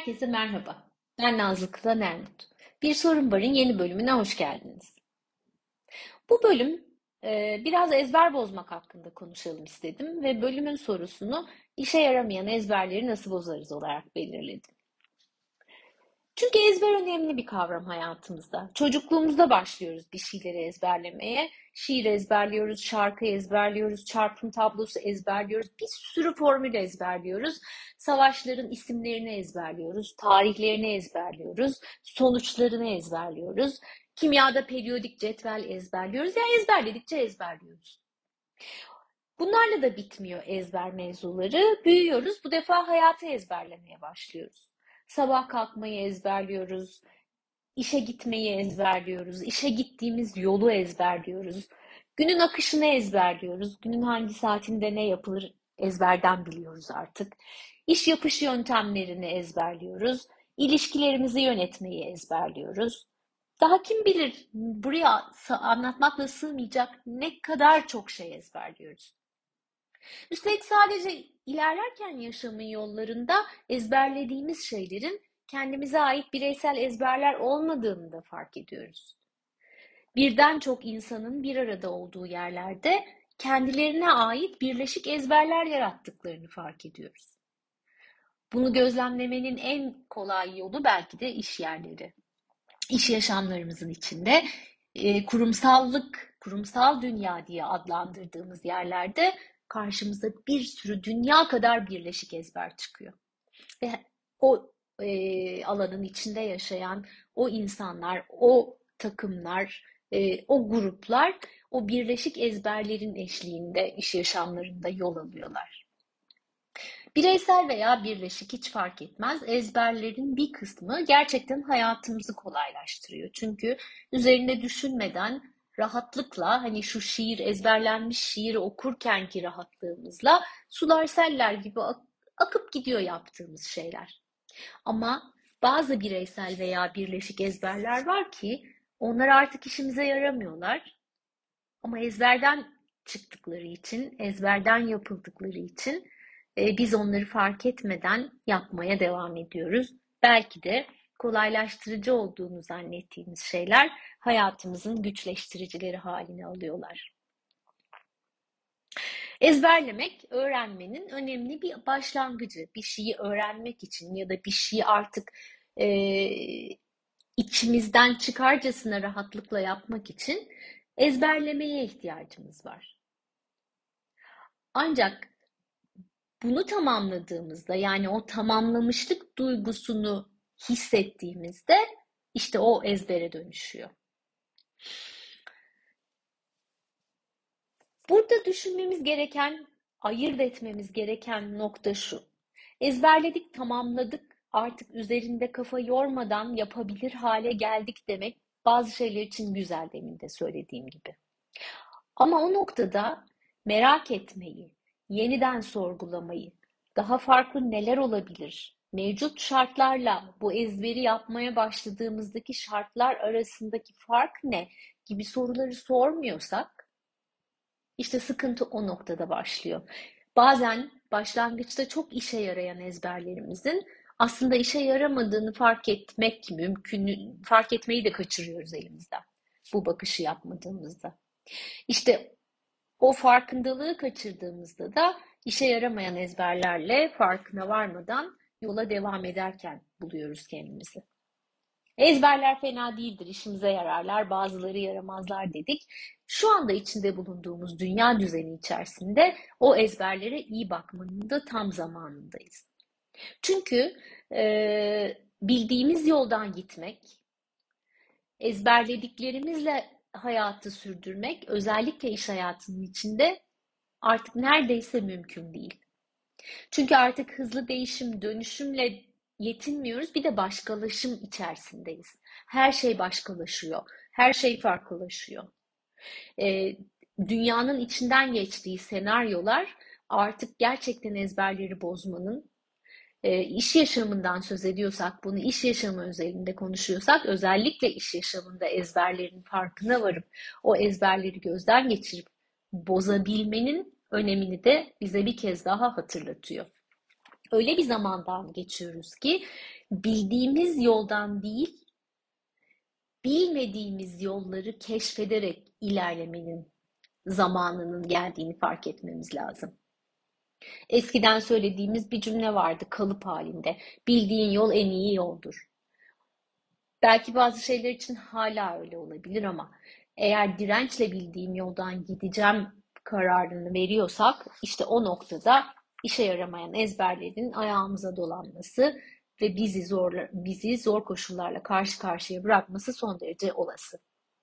Herkese merhaba. Ben Nazlı Kılan Ermut. Bir Sorun Var'ın yeni bölümüne hoş geldiniz. Bu bölüm biraz ezber bozmak hakkında konuşalım istedim ve bölümün sorusunu işe yaramayan ezberleri nasıl bozarız olarak belirledim. Çünkü ezber önemli bir kavram hayatımızda. Çocukluğumuzda başlıyoruz bir şeyleri ezberlemeye. Şiir ezberliyoruz, şarkı ezberliyoruz, çarpım tablosu ezberliyoruz, bir sürü formül ezberliyoruz. Savaşların isimlerini ezberliyoruz, tarihlerini ezberliyoruz, sonuçlarını ezberliyoruz. Kimyada periyodik cetvel ezberliyoruz. Yani ezberledikçe ezberliyoruz. Bunlarla da bitmiyor ezber mevzuları. Büyüyoruz. Bu defa hayatı ezberlemeye başlıyoruz. Sabah kalkmayı ezberliyoruz. İşe gitmeyi ezberliyoruz. İşe gittiğimiz yolu ezberliyoruz. Günün akışını ezberliyoruz. Günün hangi saatinde ne yapılır ezberden biliyoruz artık. İş yapış yöntemlerini ezberliyoruz. İlişkilerimizi yönetmeyi ezberliyoruz. Daha kim bilir buraya anlatmakla sığmayacak ne kadar çok şey ezberliyoruz. Üstelik sadece ilerlerken yaşamın yollarında ezberlediğimiz şeylerin kendimize ait bireysel ezberler olmadığını da fark ediyoruz. Birden çok insanın bir arada olduğu yerlerde kendilerine ait birleşik ezberler yarattıklarını fark ediyoruz. Bunu gözlemlemenin en kolay yolu belki de iş yerleri. İş yaşamlarımızın içinde kurumsal dünya diye adlandırdığımız yerlerde karşımıza bir sürü dünya kadar birleşik ezber çıkıyor. Ve o alanın içinde yaşayan o insanlar, o takımlar, o gruplar o birleşik ezberlerin eşliğinde iş yaşamlarında yol alıyorlar. Bireysel veya birleşik hiç fark etmez. Ezberlerin bir kısmı gerçekten hayatımızı kolaylaştırıyor. Çünkü üzerinde düşünmeden rahatlıkla hani şu şiir ezberlenmiş şiiri okurkenki rahatlığımızla sular seller gibi akıp gidiyor yaptığımız şeyler. Ama bazı bireysel veya birleşik ezberler var ki onlar artık işimize yaramıyorlar. Ama ezberden çıktıkları için, ezberden yapıldıkları için biz onları fark etmeden yapmaya devam ediyoruz. Belki de kolaylaştırıcı olduğunu zannettiğimiz şeyler hayatımızın güçleştiricileri halini alıyorlar. Ezberlemek öğrenmenin önemli bir başlangıcı. Bir şeyi öğrenmek için ya da bir şeyi artık e, içimizden çıkarcasına rahatlıkla yapmak için ezberlemeye ihtiyacımız var. Ancak bunu tamamladığımızda yani o tamamlamışlık duygusunu hissettiğimizde işte o ezbere dönüşüyor. Burada düşünmemiz gereken, ayırt etmemiz gereken nokta şu. Ezberledik, tamamladık, artık üzerinde kafa yormadan yapabilir hale geldik demek bazı şeyler için güzel demin de söylediğim gibi. Ama o noktada merak etmeyi, yeniden sorgulamayı, daha farklı neler olabilir, mevcut şartlarla bu ezberi yapmaya başladığımızdaki şartlar arasındaki fark ne gibi soruları sormuyorsak, işte sıkıntı o noktada başlıyor. Bazen başlangıçta çok işe yarayan ezberlerimizin aslında işe yaramadığını fark etmeyi de kaçırıyoruz elimizden. Bu bakışı yapmadığımızda. İşte o farkındalığı kaçırdığımızda da işe yaramayan ezberlerle farkına varmadan yola devam ederken buluyoruz kendimizi. Ezberler fena değildir, işimize yararlar, bazıları yaramazlar dedik. Şu anda içinde bulunduğumuz dünya düzeni içerisinde o ezberlere iyi bakmanın da tam zamanındayız. Çünkü bildiğimiz yoldan gitmek, ezberlediklerimizle hayatı sürdürmek, özellikle iş hayatının içinde artık neredeyse mümkün değil. Çünkü artık hızlı değişim, dönüşümle yetinmiyoruz, bir de başkalaşım içerisindeyiz. Her şey başkalaşıyor, her şey farklılaşıyor. Ee, Dünyanın içinden geçtiği senaryolar artık gerçekten ezberleri bozmanın, iş yaşamından söz ediyorsak, bunu iş yaşamı özelinde konuşuyorsak, özellikle iş yaşamında ezberlerin farkına varıp o ezberleri gözden geçirip bozabilmenin önemini de bize bir kez daha hatırlatıyor. Öyle bir zamandan geçiyoruz ki Bildiğimiz yoldan değil, bilmediğimiz yolları keşfederek ilerlemenin zamanının geldiğini fark etmemiz lazım. Eskiden söylediğimiz bir cümle vardı kalıp halinde. Bildiğin yol en iyi yoldur. Belki bazı şeyler için hala öyle olabilir ama eğer dirençle bildiğim yoldan gideceğim kararını veriyorsak işte o noktada işe yaramayan ezberlerin ayağımıza dolanması ve bizi zor koşullarla karşı karşıya bırakması son derece olası.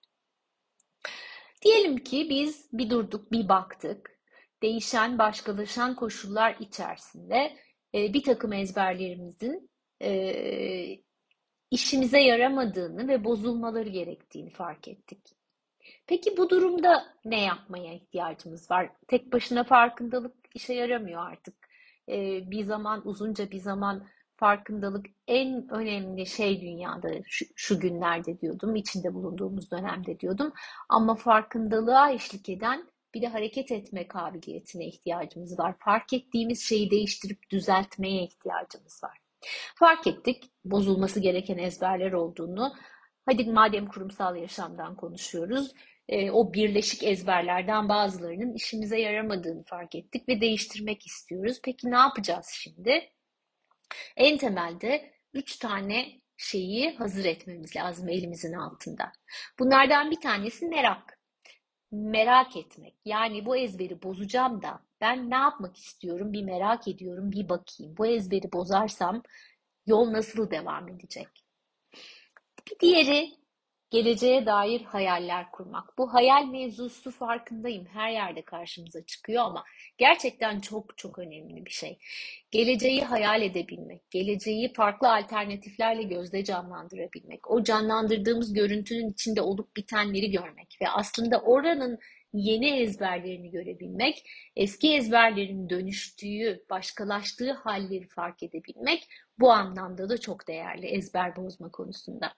Diyelim ki biz bir durduk, bir baktık. Değişen, başkalaşan koşullar içerisinde bir takım ezberlerimizin e, işimize yaramadığını ve bozulmaları gerektiğini fark ettik. Peki bu durumda ne yapmaya ihtiyacımız var? Tek başına farkındalık işe yaramıyor artık. Uzunca bir zaman farkındalık en önemli şey dünyada şu günlerde diyordum, içinde bulunduğumuz dönemde diyordum. Ama farkındalığa eşlik eden bir de hareket etme kabiliyetine ihtiyacımız var. Fark ettiğimiz şeyi değiştirip düzeltmeye ihtiyacımız var. Fark ettik bozulması gereken ezberler olduğunu. Hadi madem kurumsal yaşamdan konuşuyoruz, o birleşik ezberlerden bazılarının işimize yaramadığını fark ettik ve değiştirmek istiyoruz. Peki ne yapacağız şimdi? En temelde 3 tane şeyi hazır etmemiz lazım elimizin altında. Bunlardan bir tanesi merak. Merak etmek. Yani bu ezberi bozacağım da ben ne yapmak istiyorum bir merak ediyorum, bir bakayım. Bu ezberi bozarsam yol nasıl devam edecek? Bir diğeri geleceğe dair hayaller kurmak. Bu hayal mevzusu farkındayım. Her yerde karşımıza çıkıyor ama gerçekten çok çok önemli bir şey. Geleceği hayal edebilmek, geleceği farklı alternatiflerle gözde canlandırabilmek, o canlandırdığımız görüntünün içinde olup bitenleri görmek ve aslında oranın yeni ezberlerini görebilmek, eski ezberlerin dönüştüğü, başkalaştığı halleri fark edebilmek bu anlamda da çok değerli ezber bozma konusunda.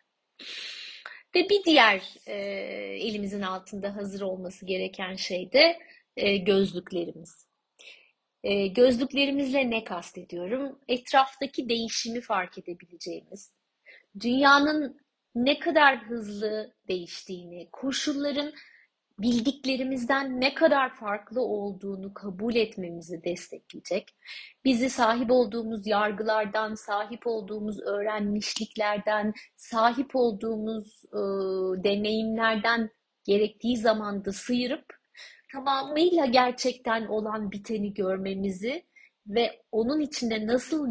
Ve bir diğer elimizin altında hazır olması gereken şey de gözlüklerimiz. Gözlüklerimizle ne kastediyorum? Etraftaki değişimi fark edebileceğimiz, dünyanın ne kadar hızlı değiştiğini, koşulların bildiklerimizden ne kadar farklı olduğunu kabul etmemizi destekleyecek, bizi sahip olduğumuz yargılardan, sahip olduğumuz öğrenmişliklerden, sahip olduğumuz deneyimlerden gerektiği zamanda sıyırıp tamamıyla gerçekten olan biteni görmemizi ve onun içinde nasıl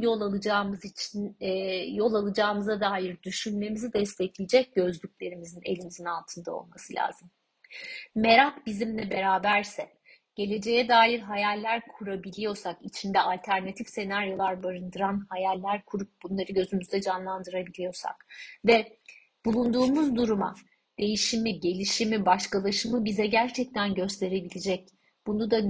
yol alacağımıza dair düşünmemizi destekleyecek gözlüklerimizin elimizin altında olması lazım. Merak bizimle beraberse, geleceğe dair hayaller kurabiliyorsak, içinde alternatif senaryolar barındıran hayaller kurup bunları gözümüzde canlandırabiliyorsak ve bulunduğumuz duruma değişimi, gelişimi, başkalaşımı bize gerçekten gösterebilecek, bunu da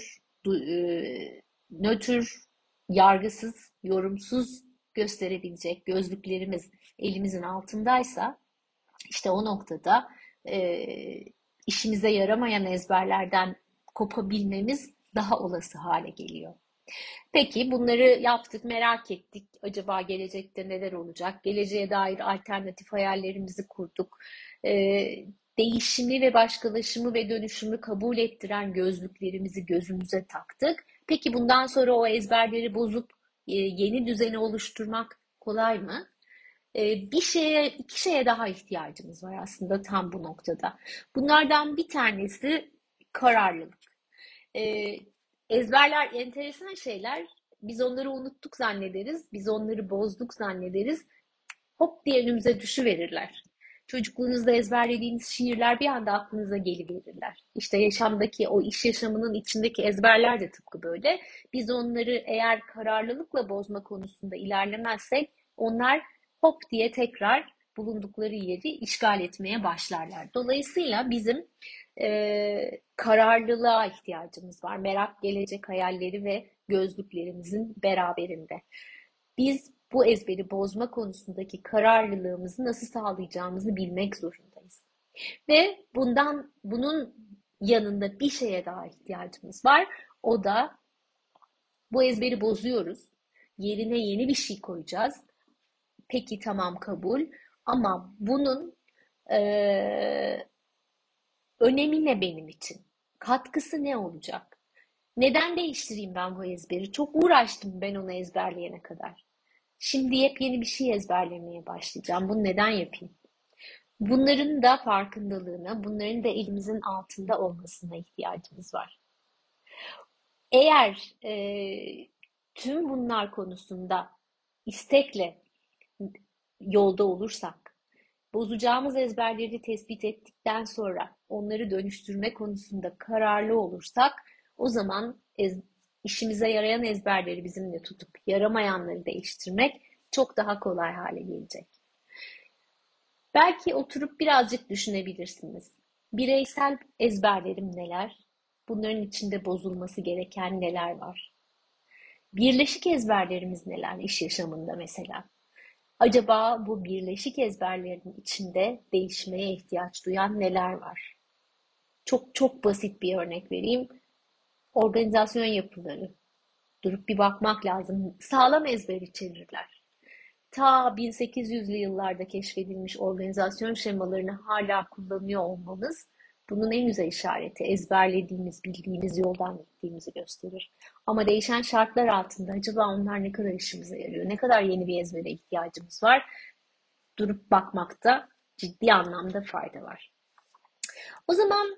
nötr, yargısız, yorumsuz gösterebilecek gözlüklerimiz elimizin altındaysa, işte o noktada e, işimize yaramayan ezberlerden kopabilmemiz daha olası hale geliyor. Peki bunları yaptık, merak ettik. Acaba gelecekte neler olacak? Geleceğe dair alternatif hayallerimizi kurduk. Değişimi ve başkalaşımı ve dönüşümü kabul ettiren gözlüklerimizi gözümüze taktık. Peki bundan sonra o ezberleri bozup yeni düzeni oluşturmak kolay mı? İki şeye daha ihtiyacımız var aslında tam bu noktada. Bunlardan bir tanesi kararlılık. Ee, Ezberler enteresan şeyler. Biz onları unuttuk zannederiz, biz onları bozduk zannederiz. Hop diye önümüze düşüverirler. Çocukluğunuzda ezberlediğiniz şiirler bir anda aklınıza geliverirler. İşte yaşamdaki o iş yaşamının içindeki ezberler de tıpkı böyle. Biz onları eğer kararlılıkla bozma konusunda ilerlemezsek onlar hop diye tekrar bulundukları yeri işgal etmeye başlarlar. Dolayısıyla bizim kararlılığa ihtiyacımız var. Merak, gelecek hayalleri ve gözlüklerimizin beraberinde. Biz bu ezberi bozma konusundaki kararlılığımızı nasıl sağlayacağımızı bilmek zorundayız. Ve bunun yanında bir şeye daha ihtiyacımız var. O da bu ezberi bozuyoruz. Yerine yeni bir şey koyacağız. Peki tamam kabul. Ama bunun eee, önemi ne benim için? Katkısı ne olacak? Neden değiştireyim ben bu ezberi? Çok uğraştım ben onu ezberleyene kadar. Şimdi yepyeni bir şey ezberlemeye başlayacağım. Bunu neden yapayım? Bunların da farkındalığına, bunların da elimizin altında olmasına ihtiyacımız var. Eğer tüm bunlar konusunda istekle yolda olursak, bozacağımız ezberleri tespit ettikten sonra onları dönüştürme konusunda kararlı olursak, o zaman işimize yarayan ezberleri bizimle tutup yaramayanları değiştirmek çok daha kolay hale gelecek. Belki oturup birazcık düşünebilirsiniz. Bireysel ezberlerim neler? Bunların içinde bozulması gereken neler var? Birleşik ezberlerimiz neler iş yaşamında mesela? Acaba bu birleşik ezberlerin içinde değişmeye ihtiyaç duyan neler var? Çok çok basit bir örnek vereyim. Organizasyon yapıları. Durup bir bakmak lazım. Sağlam ezber içerirler. Ta 1800'lü yıllarda keşfedilmiş organizasyon şemalarını hala kullanıyor olmamız bunun en güzel işareti. Ezberlediğimiz, bildiğimiz yoldan gittiğimizi gösterir. Ama değişen şartlar altında acaba onlar ne kadar işimize yarıyor? Ne kadar yeni bir ezbere ihtiyacımız var? Durup bakmakta ciddi anlamda fayda var. O zaman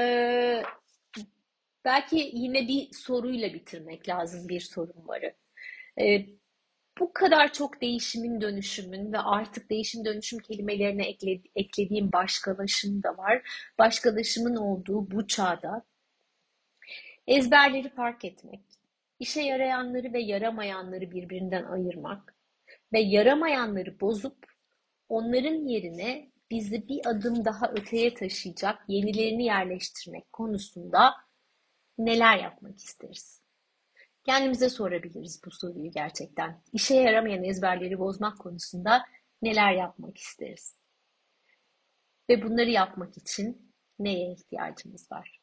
belki yine bir soruyla bitirmek lazım bir sorun varı. E, Bu kadar çok değişimin, dönüşümün ve artık değişim dönüşüm kelimelerine eklediğim başkalaşım da var. Başkalaşımın olduğu bu çağda ezberleri fark etmek, işe yarayanları ve yaramayanları birbirinden ayırmak ve yaramayanları bozup onların yerine bizi bir adım daha öteye taşıyacak yenilerini yerleştirmek konusunda neler yapmak isteriz? Kendimize sorabiliriz bu soruyu gerçekten. İşe yaramayan ezberleri bozmak konusunda neler yapmak isteriz? Ve bunları yapmak için neye ihtiyacımız var?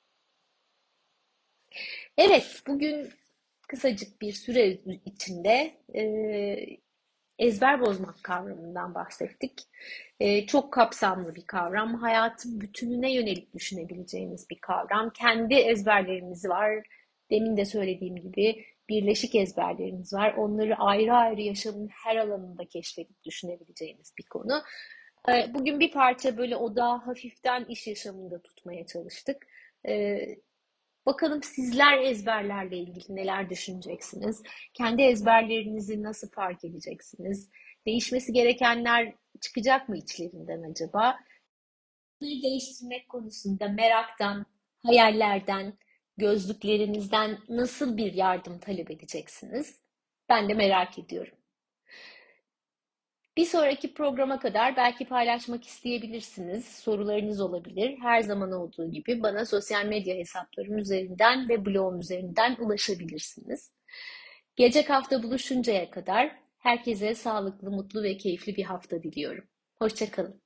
Evet, bugün kısacık bir süre içinde ezber bozmak kavramından bahsettik. Çok kapsamlı bir kavram. Hayatın bütününe yönelik düşünebileceğimiz bir kavram. Kendi ezberlerimiz var. Demin de söylediğim gibi birleşik ezberlerimiz var. Onları ayrı ayrı yaşamın her alanında keşfedip düşünebileceğimiz bir konu. Bugün bir parça böyle odağı hafiften iş yaşamında tutmaya çalıştık. Bakalım sizler ezberlerle ilgili neler düşüneceksiniz? Kendi ezberlerinizi nasıl fark edeceksiniz? Değişmesi gerekenler çıkacak mı içlerinden acaba? Bunları değiştirmek konusunda meraktan, hayallerden, gözlüklerinizden nasıl bir yardım talep edeceksiniz? Ben de merak ediyorum. Bir sonraki programa kadar belki paylaşmak isteyebilirsiniz. Sorularınız olabilir. Her zaman olduğu gibi bana sosyal medya hesaplarım üzerinden ve blogum üzerinden ulaşabilirsiniz. Gelecek hafta buluşuncaya kadar herkese sağlıklı, mutlu ve keyifli bir hafta diliyorum. Hoşça kalın.